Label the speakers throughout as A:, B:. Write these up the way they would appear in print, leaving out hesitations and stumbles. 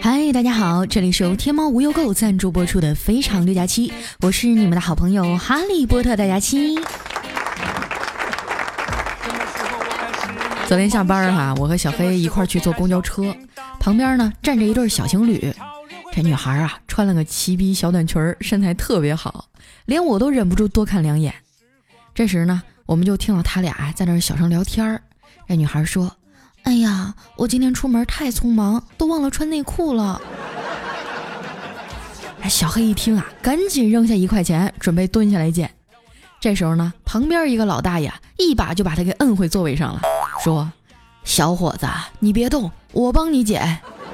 A: 嗨，大家好，这里是由天猫无忧购赞助播出的非常六加七，我是你们的好朋友哈利波特大家七。昨天下班我和小黑一块去坐公交车，旁边呢站着一对小情侣。这女孩穿了个齐逼小短裙，身材特别好，连我都忍不住多看两眼。这时呢，我们就听到他俩在那小声聊天。这女孩说：哎呀，我今天出门太匆忙，都忘了穿内裤了。小黑一听赶紧扔下1块钱，准备蹲下来捡。这时候呢，旁边一个老大爷一把就把他给摁回座位上了，说：小伙子，你别动，我帮你捡。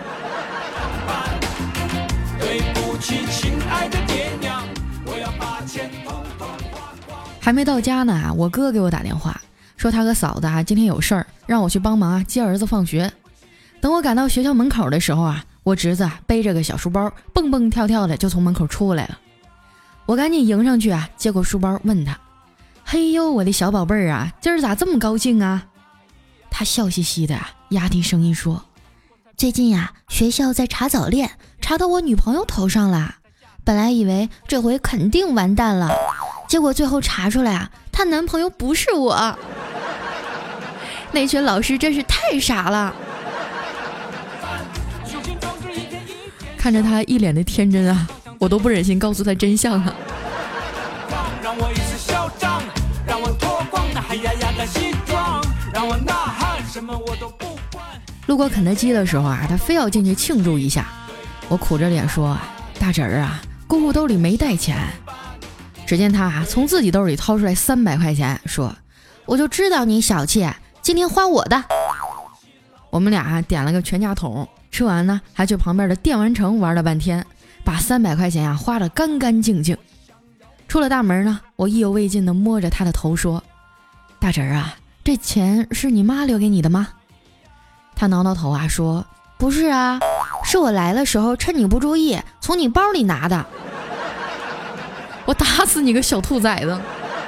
A: 对不起，亲爱的爹娘，我要把钱统统花光。还没到家呢，我哥给我打电话，说他和嫂子今天有事儿，让我去帮忙接儿子放学。等我赶到学校门口的时候我侄子背着个小书包，蹦蹦跳跳的就从门口出来了。我赶紧迎上去接过书包，问他：嘿呦，我的小宝贝儿今儿咋这么高兴啊？他笑嘻嘻的压低声音说：最近学校在查早恋，查到我女朋友头上了。本来以为这回肯定完蛋了，结果最后查出来她男朋友不是我。那群老师真是太傻了。看着他一脸的天真我都不忍心告诉他真相了。让我一次嚣张，让我脱光那海呀呀的西装，让我呐喊，什么我都不管。路过肯德基的时候他非要进去庆祝一下。我苦着脸说：大侄儿姑姑兜里没带钱。只见他从自己兜里掏出来300块钱，说：我就知道你小气，今天花我的。我们俩点了个全家桶，吃完呢还去旁边的电玩城玩了半天，把300块钱花得干干净净。出了大门呢，我意犹未尽地摸着他的头说：大侄儿这钱是你妈留给你的吗？他挠挠头说：不是是我来的时候趁你不注意从你包里拿的。我打死你个小兔崽子！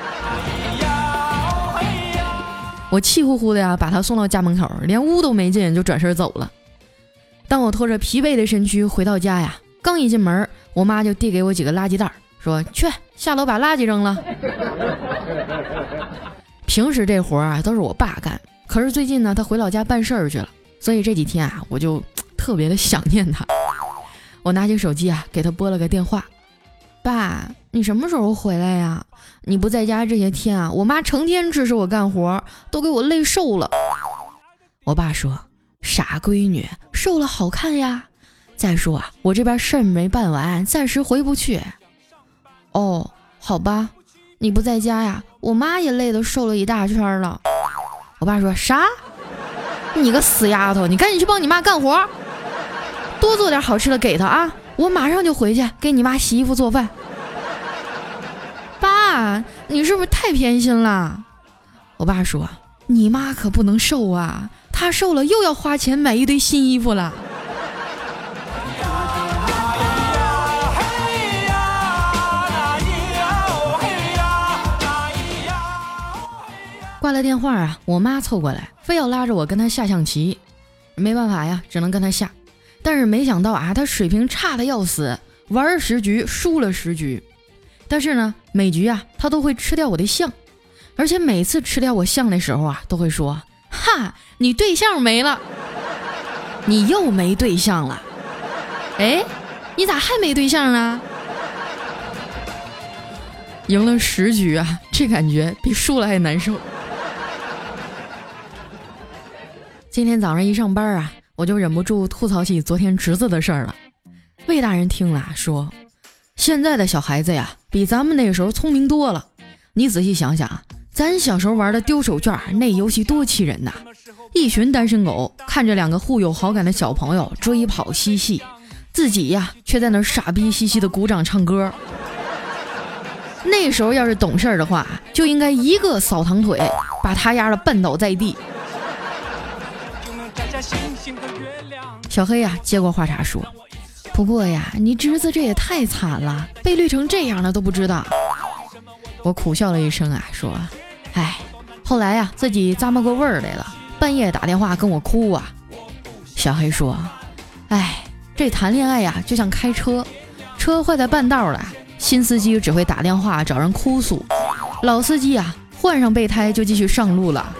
A: 我气呼呼的把他送到家门口，连屋都没进就转身走了。当我拖着疲惫的身躯回到家刚一进门，我妈就递给我几个垃圾袋，说：去下楼把垃圾扔了。平时这活都是我爸干，可是最近呢他回老家办事儿去了，所以这几天我就特别的想念他。我拿起手机给他拨了个电话：爸，你什么时候回来呀？你不在家这些天我妈成天指使我干活，都给我累瘦了。我爸说：傻闺女，瘦了好看呀。再说我这边事儿没办完，暂时回不去。哦，好吧，你不在家我妈也累得瘦了一大圈了。我爸说：啥？你个死丫头，你赶紧去帮你妈干活，多做点好吃的给她我马上就回去给你妈洗衣服做饭。爸，你是不是太偏心了？我爸说：你妈可不能瘦她瘦了又要花钱买一堆新衣服了。挂了电话我妈凑过来，非要拉着我跟她下象棋。没办法只能跟她下。但是没想到她水平差的要死，玩10局输了10局。但是呢，每局她都会吃掉我的象，而且每次吃掉我象的时候都会说：哈，你对象没了，你又没对象了。哎，你咋还没对象呢？赢了10局这感觉比输了还难受。今天早上一上班我就忍不住吐槽起昨天侄子的事儿了。魏大人听了说：现在的小孩子比咱们那个时候聪明多了。你仔细想想咱小时候玩的丢手绢那游戏多气人呐！一群单身狗看着2个互有好感的小朋友追跑嬉戏，自己却在那傻逼兮兮的鼓掌唱歌。那时候要是懂事的话，就应该一个扫堂腿把他丫的绊倒在地。小黑接过话茬说：不过你侄子这也太惨了，被绿成这样了都不知道。我苦笑了一声说：哎，后来自己咂摸过味儿来了，半夜打电话跟我哭小黑说：哎， 这谈恋爱呀，就像开车，车坏在半道了，新司机只会打电话找人哭诉，老司机啊，换上备胎就继续上路了。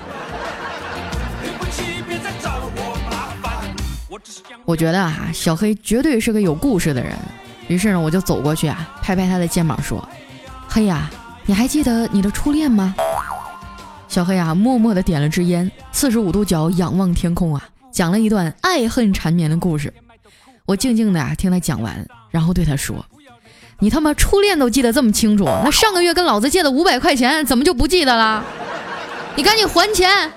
A: 我觉得啊，小黑绝对是个有故事的人。于是呢，我就走过去啊，拍拍他的肩膀说：“黑呀，你还记得你的初恋吗？”小黑啊，默默地点了支烟，45度角仰望天空啊，讲了一段爱恨缠绵的故事。我静静的听他讲完，然后对他说：“你他妈初恋都记得这么清楚，那上个月跟老子借的500块钱怎么就不记得了？你赶紧还钱！”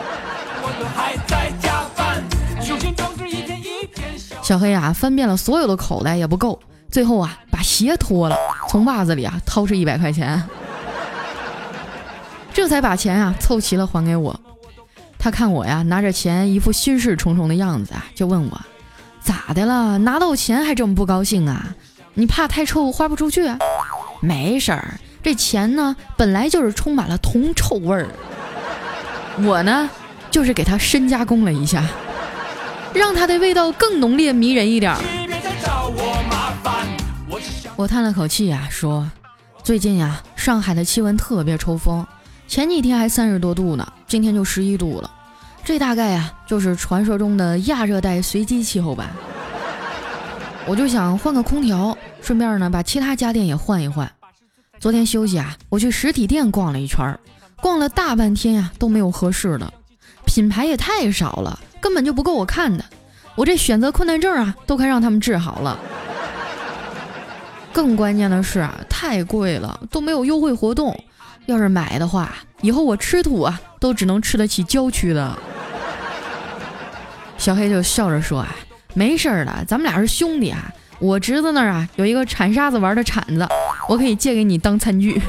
A: 小黑啊，翻遍了所有的口袋也不够，最后啊，把鞋脱了，从袜子里啊掏出100块钱，这才把钱啊凑齐了还给我。他看我呀拿着钱一副心事重重的样子啊，就问我：“咋的了？拿到钱还这么不高兴啊？你怕太臭花不出去啊？”没事儿，这钱呢本来就是充满了铜臭味儿，我呢就是给它深加工了一下，让它的味道更浓烈迷人一点。我叹了口气啊，说：“最近呀，上海的气温特别抽风，前几天还30多度呢，今天就11度了。这大概呀，就是传说中的亚热带随机气候吧。我就想换个空调，顺便呢把其他家电也换一换。昨天休息啊，我去实体店逛了一圈，逛了大半天呀，都没有合适的，品牌也太少了，根本就不够我看的。我这选择困难症啊，都快让他们治好了。更关键的是啊，太贵了，都没有优惠活动。要是买的话，以后我吃土啊，都只能吃得起郊区的。”小黑就笑着说：“啊，没事的，咱们俩是兄弟啊。我侄子那儿啊有一个铲沙子玩的铲子，我可以借给你当餐具。”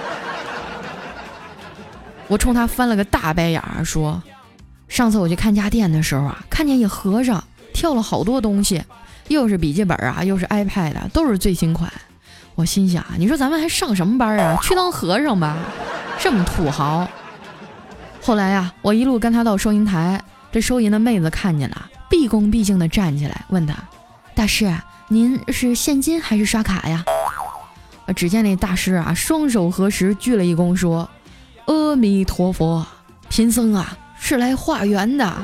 A: 我冲他翻了个大白眼儿，说：“上次我去看家电的时候啊，看见一和尚跳了好多东西，又是笔记本啊，又是 iPad， 都是最新款。我心想，你说咱们还上什么班啊？去当和尚吧，这么土豪。”后来呀，我一路跟他到收银台，这收银的妹子看见了，毕恭毕敬地站起来问他：“大师，您是现金还是刷卡呀？”只见那大师啊，双手合十鞠了一躬，说：“阿弥陀佛，贫僧啊是来化缘的。”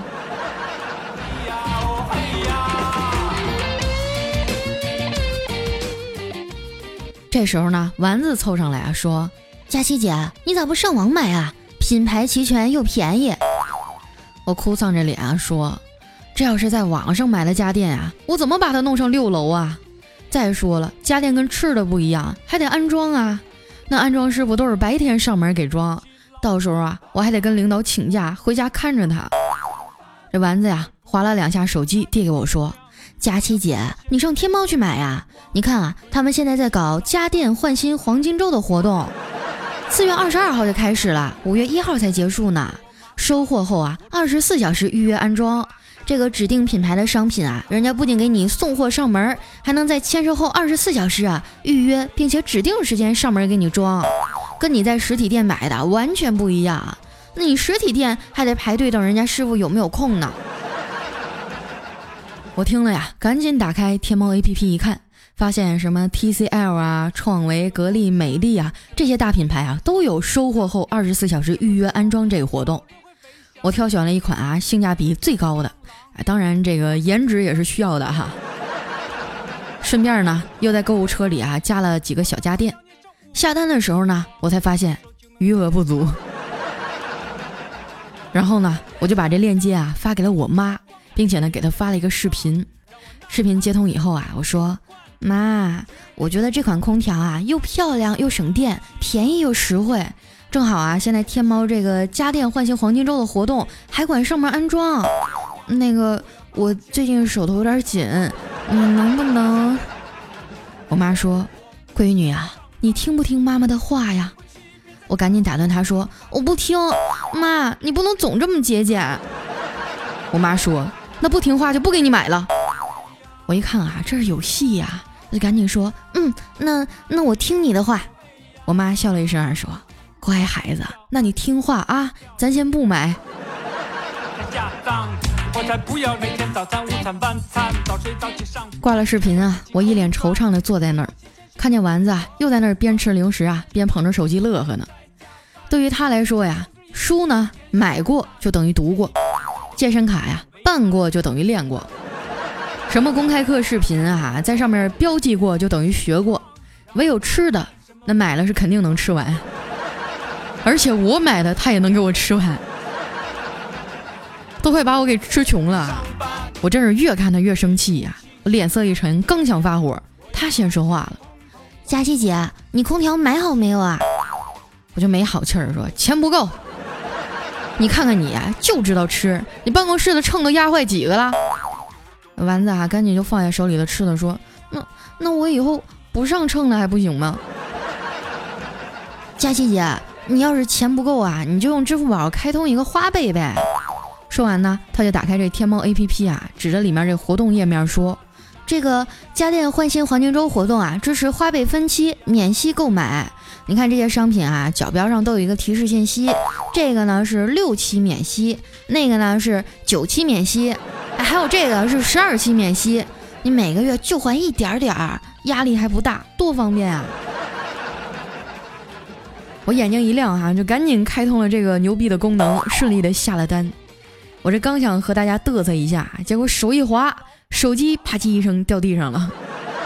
A: 这时候呢，丸子凑上来啊，说：“佳琪姐，你咋不上网买啊？品牌齐全又便宜。”我哭丧着脸啊说：“这要是在网上买的家电啊，我怎么把它弄上6楼啊？再说了，家电跟吃的不一样，还得安装啊。那安装师傅都是白天上门给装，到时候啊，我还得跟领导请假回家看着他。”这丸子呀，划了2下手机递给我说：“佳琪姐，你上天猫去买啊！你看啊，他们现在在搞家电换新黄金周的活动，4月22号就开始了，5月1号才结束呢。收货后啊，24小时预约安装。这个指定品牌的商品啊，人家不仅给你送货上门，还能在签收后24小时啊预约，并且指定时间上门给你装，跟你在实体店买的完全不一样。那你实体店还得排队等人家师傅有没有空呢。”我听了呀，赶紧打开天猫 APP 一看，发现什么 TCL 啊、创维、格力、美的啊这些大品牌啊都有收货后24小时预约安装这个活动。我挑选了一款啊性价比最高的，当然这个颜值也是需要的哈。顺便呢又在购物车里啊加了几个小家电。下单的时候呢，我才发现余额不足。然后呢，我就把这链接啊发给了我妈，并且呢给她发了一个视频。视频接通以后啊，我说：“妈，我觉得这款空调啊又漂亮又省电，便宜又实惠。正好啊，现在天猫这个家电换新黄金周的活动还管上门安装。那个我最近手头有点紧，你能不能……”我妈说：“闺女啊，你听不听妈妈的话呀？”我赶紧打断她说：“我不听，妈，你不能总这么节俭。”我妈说：“那不听话就不给你买了。”我一看啊，这是有戏呀，就赶紧说：“那我听你的话。”我妈笑了一声说：“乖孩子，那你听话啊，咱先不买。” 我才不要每天早餐午餐晚餐早睡早起上。挂了视频啊，我一脸惆怅的坐在那儿，看见丸子啊又在那儿边吃零食啊边捧着手机乐呵呢。对于他来说呀，书呢买过就等于读过，健身卡呀办过就等于练过，什么公开课视频啊在上面标记过就等于学过，唯有吃的那买了是肯定能吃完，而且我买的他也能给我吃完，都快把我给吃穷了。我真是越看他越生气呀，我脸色一沉，刚想发火，他先说话了：
B: 佳琪姐，你空调买好没有啊？
A: 我就没好气儿说钱不够。你看看你啊，就知道吃，你办公室的秤都压坏几个了？丸子啊，赶紧就放下手里的吃的说：那我以后不上秤了还不行吗？
B: 佳琪姐，你要是钱不够啊，你就用支付宝开通一个花呗呗。
A: 说完呢，他就打开这天猫 APP 啊，指着里面这活动页面说：
B: 这个家电换新黄金周活动啊，支持花呗分期免息购买。你看这些商品啊，角标上都有一个提示信息，这个呢是6期免息，那个呢是9期免息，还有这个是12期免息，你每个月就还一点点，压力还不大，多方便啊！
A: 我眼睛一亮啊，就赶紧开通了这个牛逼的功能，顺利的下了单。我这刚想和大家嘚瑟一下，结果手一滑，手机啪叽一声掉地上了。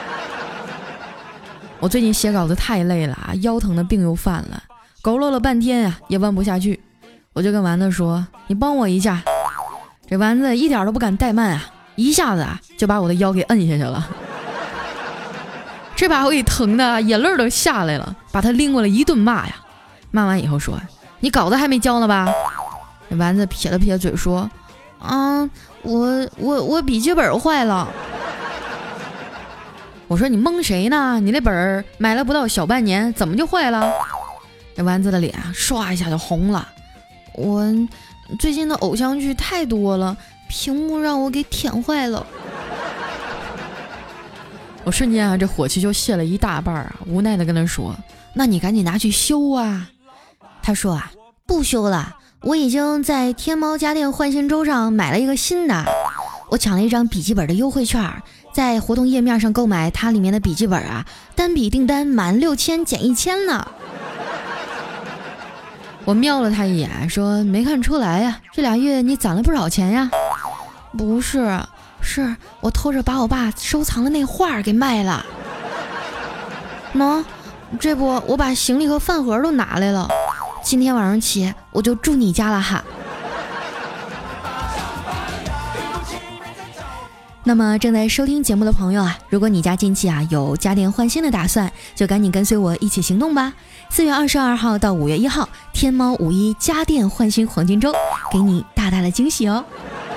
A: 我最近写稿子太累了啊，腰疼的病又犯了，佝偻了半天啊也弯不下去，我就跟丸子说：你帮我一下。这丸子一点都不敢怠慢啊，一下子啊就把我的腰给摁下去了。这把我给疼的眼泪都下来了，把他拎过来一顿骂呀。骂完以后说：你稿子还没交呢吧？这丸子撇了撇嘴说：我笔记本坏了。我说：你蒙谁呢？你那本买了不到小半年，怎么就坏了？这丸子的脸唰一下就红了。我最近的偶像剧太多了，屏幕让我给舔坏了。我瞬间啊，这火气就泄了一大半啊，无奈的跟他说：那你赶紧拿去修啊。
B: 他说啊，不修了，我已经在天猫家电换新周上买了一个新的，我抢了一张笔记本的优惠券，在活动页面上购买它里面的笔记本啊，单笔订单满6000减1000呢。
A: 我瞄了他一眼说：没看出来呀，这2月你攒了不少钱呀？不是，是我偷着把我爸收藏的那画给卖了。喏，这不我把行李和饭盒都拿来了，今天晚上起我就住你家了哈。
B: 那么正在收听节目的朋友啊，如果你家近期啊有家电换新的打算，就赶紧跟随我一起行动吧。4月22号到5月1号，天猫5·1家电换新黄金周，给你大大的惊喜哦。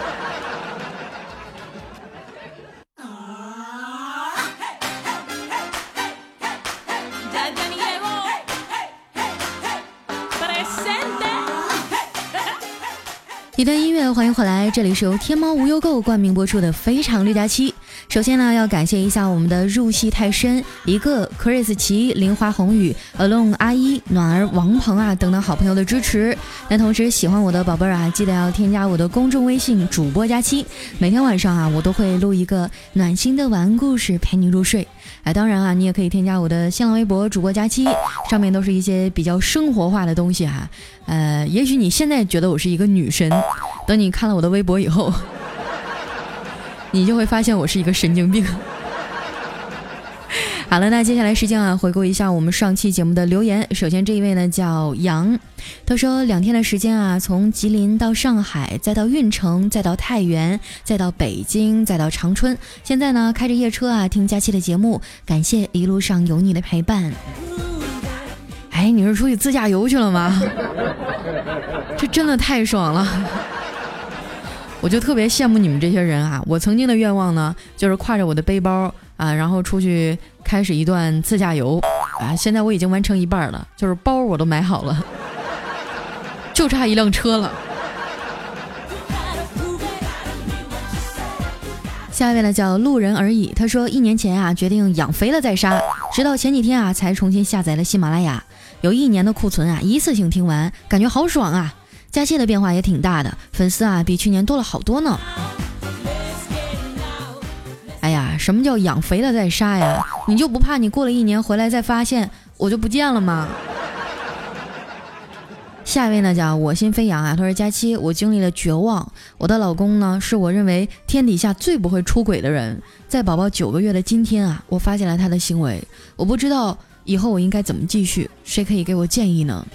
B: 一段音乐，欢迎回来，这里是由天猫无忧购冠名播出的非常六加七。首先呢，要感谢一下我们的入戏太深、一个 Chris 奇、林花红雨、Alone 阿一、暖儿、王鹏啊等等好朋友的支持。那同时喜欢我的宝贝儿啊，记得要添加我的公众微信主播佳期，每天晚上啊我都会录一个暖心的晚安故事陪你入睡。当然啊，你也可以添加我的新浪微博主播佳期，上面都是一些比较生活化的东西哈。也许你现在觉得我是一个女神，等你看了我的微博以后，你就会发现我是一个神经病。好了，那接下来时间啊，回顾一下我们上期节目的留言。首先这一位呢叫杨，他说2天的时间啊，从吉林到上海，再到运城，再到太原，再到北京，再到长春，现在呢开着夜车啊听佳期的节目，感谢一路上有你的陪伴。哎，你是出去自驾游去了吗？这真的太爽了。我就特别羡慕你们这些人啊！我曾经的愿望呢，就是挎着我的背包啊，然后出去开始一段自驾游啊。现在我已经完成一半了，就是包我都买好了，就差一辆车了。下一位呢叫路人而已，他说1年前啊决定养肥了再杀，直到前几天啊才重新下载了喜马拉雅，有1年的库存啊一次性听完，感觉好爽啊！ 佳期的变化也挺大的，粉丝啊比去年多了好多呢。哎呀，什么叫养肥了再杀呀？你就不怕你过了1年回来再发现我就不见了吗？下一位呢叫我心飞扬啊，他说佳期，我经历了绝望，我的老公呢是我认为天底下最不会出轨的人，在宝宝9个月的今天啊，我发现了他的行为，我不知道以后我应该怎么继续，谁可以给我建议呢？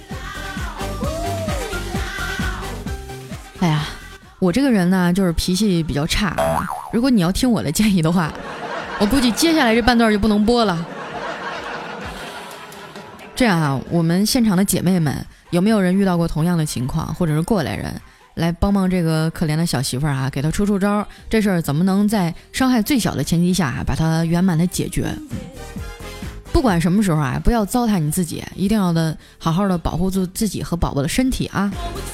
B: 哎呀，我这个人呢就是脾气比较差，如果你要听我的建议的话，我估计接下来这半段就不能播了。这样啊，我们现场的姐妹们有没有人遇到过同样的情况，或者是过来人来帮帮这个可怜的小媳妇儿啊，给她出招，这事儿怎么能在伤害最小的前提下把它圆满的解决？不管什么时候啊，不要糟蹋你自己，一定要好好的保护住自己和宝宝的身体啊。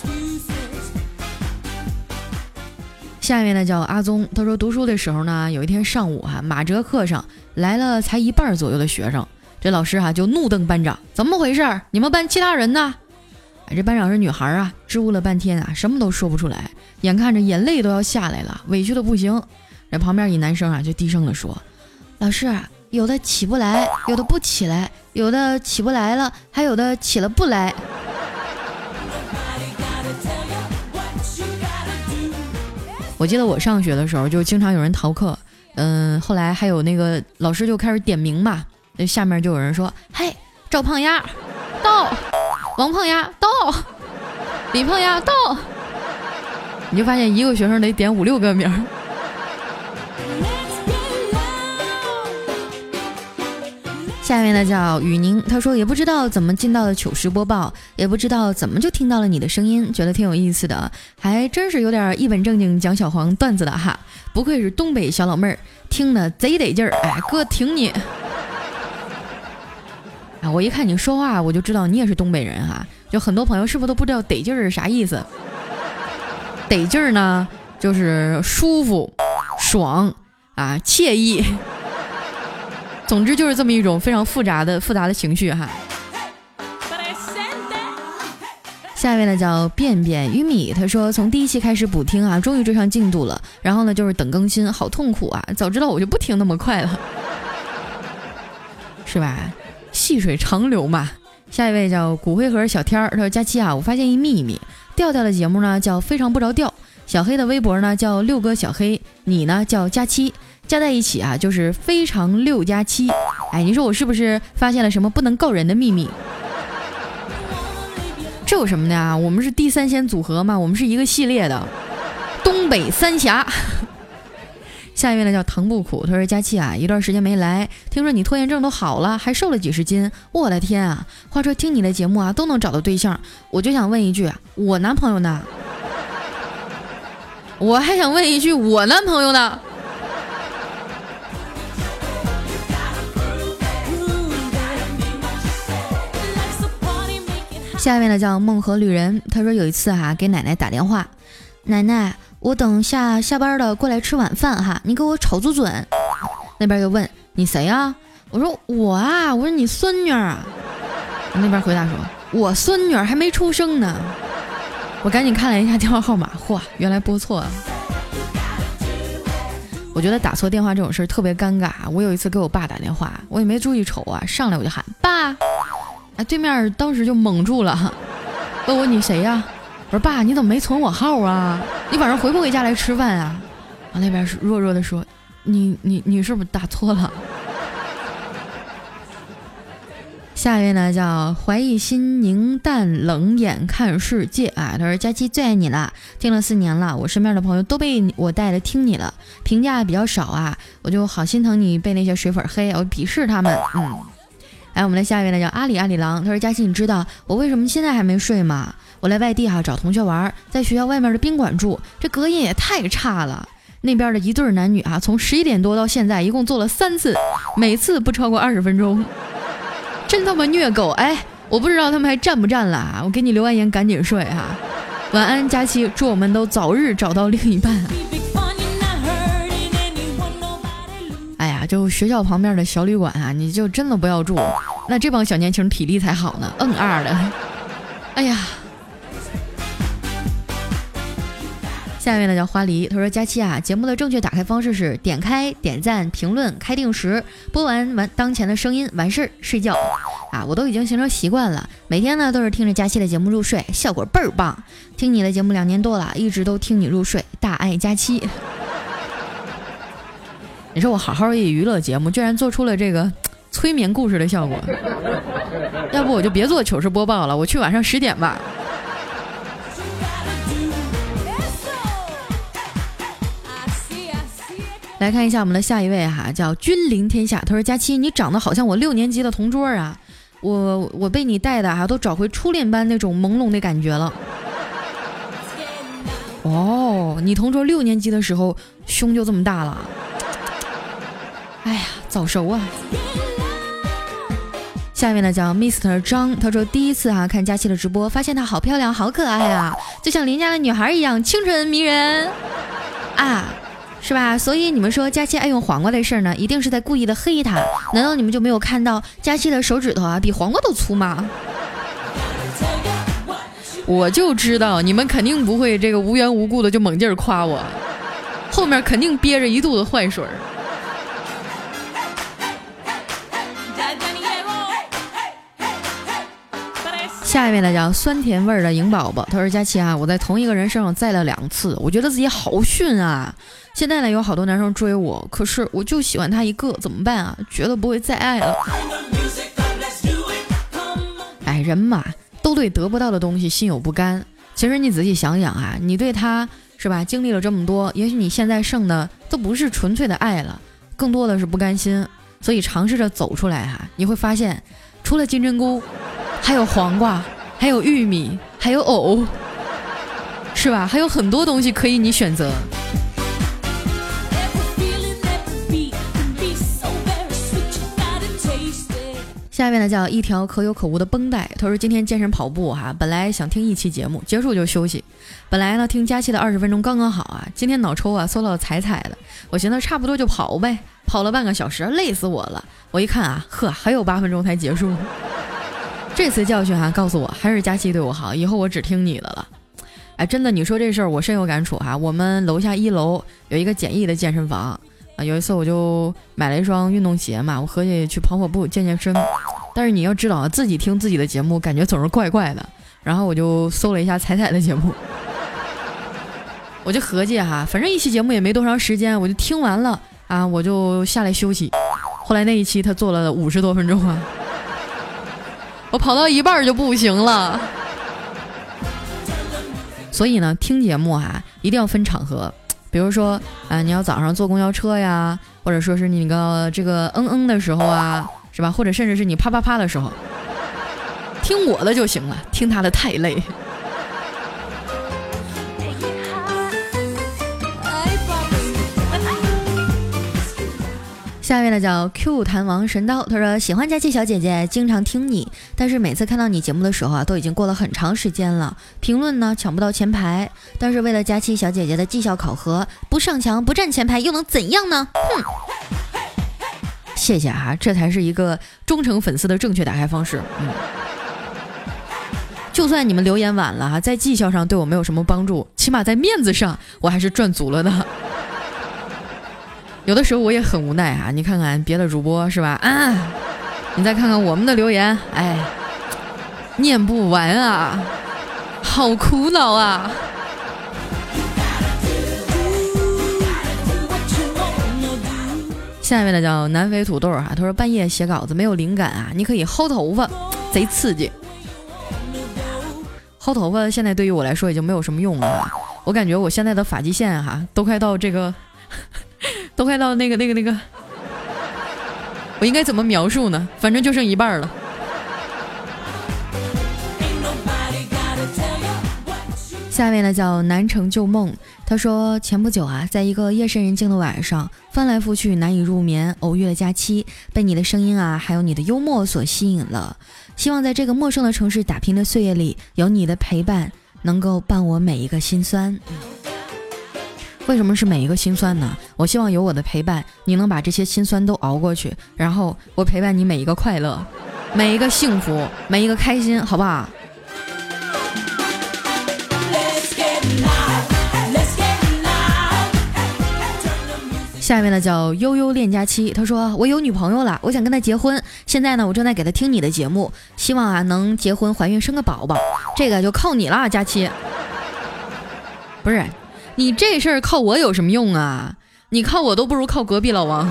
B: 下面呢叫阿宗，他说读书的时候呢，有一天上午马哲课上来了才1半左右的学生，这老师就怒瞪班长，怎么回事？你们班其他人呢？这班长是女孩啊，支吾了半天什么都说不出来，眼看着眼泪都要下来了，委屈的不行。这旁边一男生就低声的说，老师，有的起不来，有的不起来，有的起不来了，还有的起了不来。我记得我上学的时候就经常有人逃课，后来还有那个老师就开始点名嘛，下面就有人说，嘿，赵胖丫到，王胖丫到，李胖丫到，你就发现一个学生得点5、6个名。下面呢叫雨宁，他说也不知道怎么进到了糗事播报，也不知道怎么就听到了你的声音，觉得挺有意思的，还真是有点一本正经讲小黄段子的哈，不愧是东北小老妹儿，听得贼得劲儿，哎，哥挺你。我一看你说话我就知道你也是东北人哈，就很多朋友是不是都不知道得劲儿是啥意思？得劲儿呢就是舒服、爽惬意。总之就是这么一种非常复杂的情绪哈。下一位呢叫便便玉米，他说从第1期开始补听终于追上进度了，然后呢就是等更新，好痛苦早知道我就不听那么快了，是吧？细水长流嘛。下一位叫骨灰盒小天儿，他说佳期我发现一秘密，调调的节目呢叫非常不着调，小黑的微博呢叫6哥小黑，你呢叫佳期，加在一起就是非常6+7。哎，你说我是不是发现了什么不能告人的秘密？这有什么的呀？我们是地3鲜组合嘛，我们是一个系列的东北三峡。下一位呢叫唐不苦，他说佳期一段时间没来，听说你拖延症都好了，还瘦了几10斤，我的天啊！话说听你的节目都能找到对象，我就想问一句，我男朋友呢？我还想问一句，我男朋友呢？下面呢叫梦河旅人，他说有一次给奶奶打电话，奶奶，我等下班的过来吃晚饭你给我炒足准。那边又问你谁啊？我说我我说你孙女那边回答说我孙女还没出生呢。我赶紧看了一下电话号码，嚯，原来拨错了。我觉得打错电话这种事儿特别尴尬。我有一次给我爸打电话，我也没注意瞅上来我就喊爸，对面当时就懵住了，问我你谁呀？我说爸，你怎么没存我号啊？你晚上回不回家来吃饭啊？那边是弱弱的说，你是不是打错了？下一位呢叫怀疑心凝淡冷眼看世界他说佳期最爱你了，听了4年了，我身边的朋友都被我带着听你了，评价比较少我就好心疼你被那些水粉黑，我鄙视他们。来，我们的下一位呢叫阿里郎，他说佳期你知道我为什么现在还没睡吗？我来外地找同学玩，在学校外面的宾馆住，这隔音也太差了，那边的一对男女从11点多到现在一共做了3次，每次不超过20分钟，真他妈虐狗。我不知道他们还站不站了我给你留完言赶紧睡晚安佳期，祝我们都早日找到另一半。哎呀，就学校旁边的小旅馆你就真的不要住，那这帮小年轻体力才好呢，2的。哎呀， 下一位呢叫花梨，他说佳期啊，节目的正确打开方式是点开、点赞、评论、开定时，播完当前的声音，完事儿睡觉啊，我都已经形成习惯了，每天呢都是听着佳期的节目入睡，效果倍儿棒。听你的节目2年多了，一直都听你入睡，大爱佳期。你说我好好一娱乐节目，居然做出了这个催眠故事的效果，要不我就别做糗事播报了，我去晚上10点吧。来看一下我们的下一位哈，叫君临天下。他说佳期，你长得好像我6年级的同桌啊，我被你带的啊，都找回初恋班那种朦胧的感觉了。哦，你同桌6年级的时候胸就这么大了，哎呀，早熟啊。下面呢叫 Mr. 张，他说第一次看佳期的直播，发现她好漂亮好可爱啊，就像邻家的女孩一样清纯迷人啊，是吧？所以你们说佳期爱用黄瓜的事儿呢，一定是在故意的黑她。难道你们就没有看到佳期的手指头比黄瓜都粗吗？我就知道你们肯定不会这个无缘无故的就猛劲儿夸我，后面肯定憋着一肚子坏水。下一位呢叫酸甜味的颖宝宝，他说佳期啊，我在同一个人身上栽了2次，我觉得自己好逊啊。现在呢有好多男生追我，可是我就喜欢他一个，怎么办啊？觉得不会再爱了。哎，人嘛都对得不到的东西心有不甘。其实你仔细想想啊，你对他是吧，经历了这么多，也许你现在剩的都不是纯粹的爱了，更多的是不甘心。所以尝试着走出来你会发现除了金针菇还有黄瓜，还有玉米，还有藕，是吧？还有很多东西可以你选择。下面呢叫一条可有可无的绷带，他说今天健身跑步本来想听一期节目，结束就休息。本来呢听佳期的20分钟刚刚好今天脑抽搜到彩彩的，我寻思差不多就跑呗，跑了半个小时，累死我了。我一看还有8分钟才结束。这次教训告诉我还是佳期对我好，以后我只听你的了。哎，真的，你说这事儿我深有感触我们楼下1楼有一个简易的健身房有一次我就买了一双运动鞋嘛，我合计去跑跑步健健身。但是你要知道自己听自己的节目感觉总是怪怪的，然后我就搜了一下彩彩的节目，我就合计反正一期节目也没多长时间，我就听完了我就下来休息。后来那一期他做了50多分钟我跑到一半就不行了。所以呢听节目一定要分场合，比如说你要早上坐公交车呀，或者说是你这个的时候是吧？或者甚至是你啪啪啪的时候，听我的就行了，听他的太累。下面呢叫 Q 弹王神刀，他说喜欢佳期小姐姐，经常听你，但是每次看到你节目的时候都已经过了很长时间了，评论呢抢不到前排，但是为了佳期小姐姐的绩效考核，不上墙不占前排又能怎样呢？哼，谢谢这才是一个忠诚粉丝的正确打开方式。就算你们留言晚了在绩效上对我没有什么帮助，起码在面子上我还是赚足了的。有的时候我也很无奈你看看别的主播是吧你再看看我们的留言，哎，念不完好苦恼下面的叫南非土豆他说半夜写稿子没有灵感你可以薅头发，贼刺激。薅头发现在对于我来说已经没有什么用了我感觉我现在的发际线都快到这个都快到那个我应该怎么描述呢？反正就剩一半了。下面呢叫南城旧梦，他说前不久在一个夜深人静的晚上，翻来覆去难以入眠，偶遇了佳期，被你的声音还有你的幽默所吸引了。希望在这个陌生的城市打拼的岁月里，有你的陪伴能够伴我每一个心酸。为什么是每一个心酸呢？我希望有我的陪伴，你能把这些心酸都熬过去，然后我陪伴你每一个快乐，每一个幸福，每一个开心，好不好？ 下面呢叫悠悠恋佳期，他说我有女朋友了，我想跟她结婚，现在呢我正在给她听你的节目，希望啊能结婚怀孕生个宝宝，这个就靠你了，佳期。不是你这事儿靠我有什么用啊？你靠我都不如靠隔壁老王。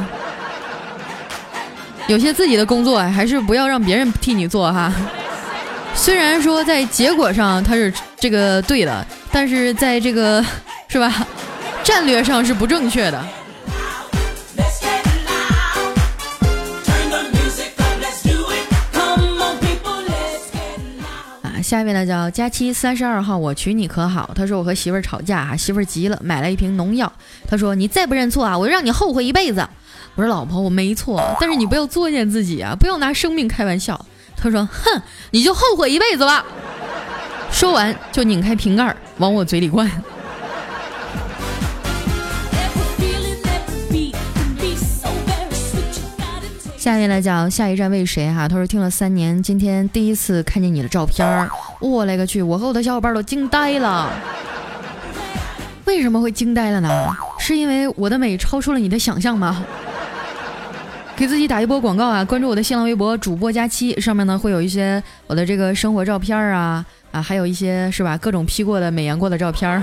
B: 有些自己的工作还是不要让别人替你做哈。虽然说在结果上他是这个对的，但是在这个是吧战略上是不正确的。下一位呢叫佳期32号，我娶你可好？他说我和媳妇儿吵架，媳妇儿急了，买了一瓶农药。他说你再不认错啊，我就让你后悔一辈子。我说老婆我没错，但是你不要作践自己啊，不要拿生命开玩笑。他说哼，你就后悔一辈子吧。说完就拧开瓶盖往我嘴里灌。下面来讲下一站为谁哈？他说听了3年，今天第一次看见你的照片，我勒个去，我和我的小伙伴都惊呆了。为什么会惊呆了呢？是因为我的美超出了你的想象吗？给自己打一波广告啊！关注我的新浪微博主播佳期，上面呢会有一些我的这个生活照片啊，还有一些是吧各种 P 过的美颜过的照片。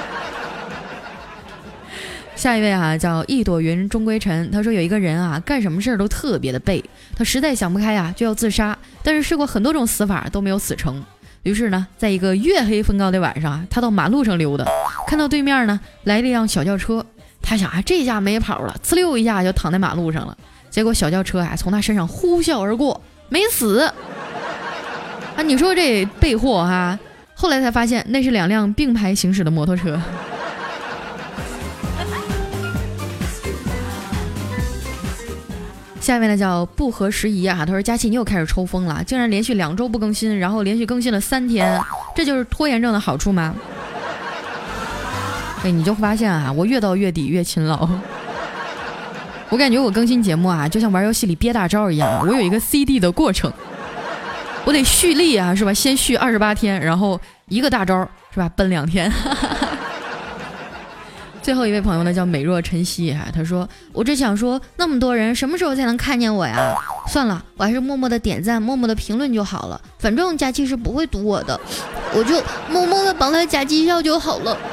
B: 下一位啊叫一朵云终归尘，他说有一个人啊干什么事都特别的背，他实在想不开啊就要自杀，但是试过很多种死法都没有死成。于是呢在一个月黑风高的晚上，他到马路上溜达，看到对面呢来了一辆小轿车，他想啊这下没跑了，呲溜一下就躺在马路上了。结果小轿车啊从他身上呼啸而过，没死啊！你说这备货哈，后来才发现那是2辆并排行驶的摩托车。下面呢叫不合时宜啊，他说佳琪你又开始抽风了，竟然连续2周不更新，然后连续更新了3天，这就是拖延症的好处吗？对，你就发现啊，我越到月底越勤劳。我感觉我更新节目啊，就像玩游戏里憋大招一样，我有一个 CD 的过程，我得蓄力啊，是吧？先蓄28天，然后一个大招是吧？奔2天。最后一位朋友呢叫美若晨曦哈，他说我只想说那么多人什么时候才能看见我呀？算了，我还是默默的点赞默默的评论就好了，反正佳期是不会读我的，我就默默的帮他加绩效就好了。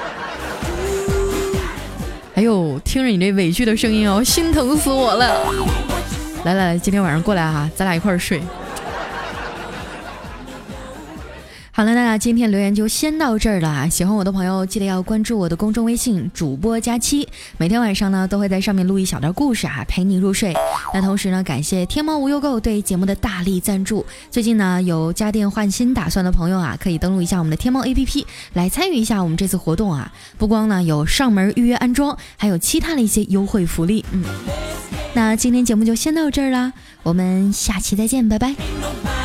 B: 哎呦，听着你这委屈的声音哦，心疼死我了。来来来，今天晚上过来哈，咱俩一块儿睡。好了，那今天留言就先到这儿了啊！喜欢我的朋友记得要关注我的公众微信主播佳期，每天晚上呢都会在上面录一小段故事啊，陪你入睡。那同时呢，感谢天猫无忧购对节目的大力赞助。最近呢有家电换新打算的朋友啊，可以登录一下我们的天猫 APP 来参与一下我们这次活动啊！不光呢有上门预约安装，还有其他的一些优惠福利。那今天节目就先到这儿啦，我们下期再见，拜拜。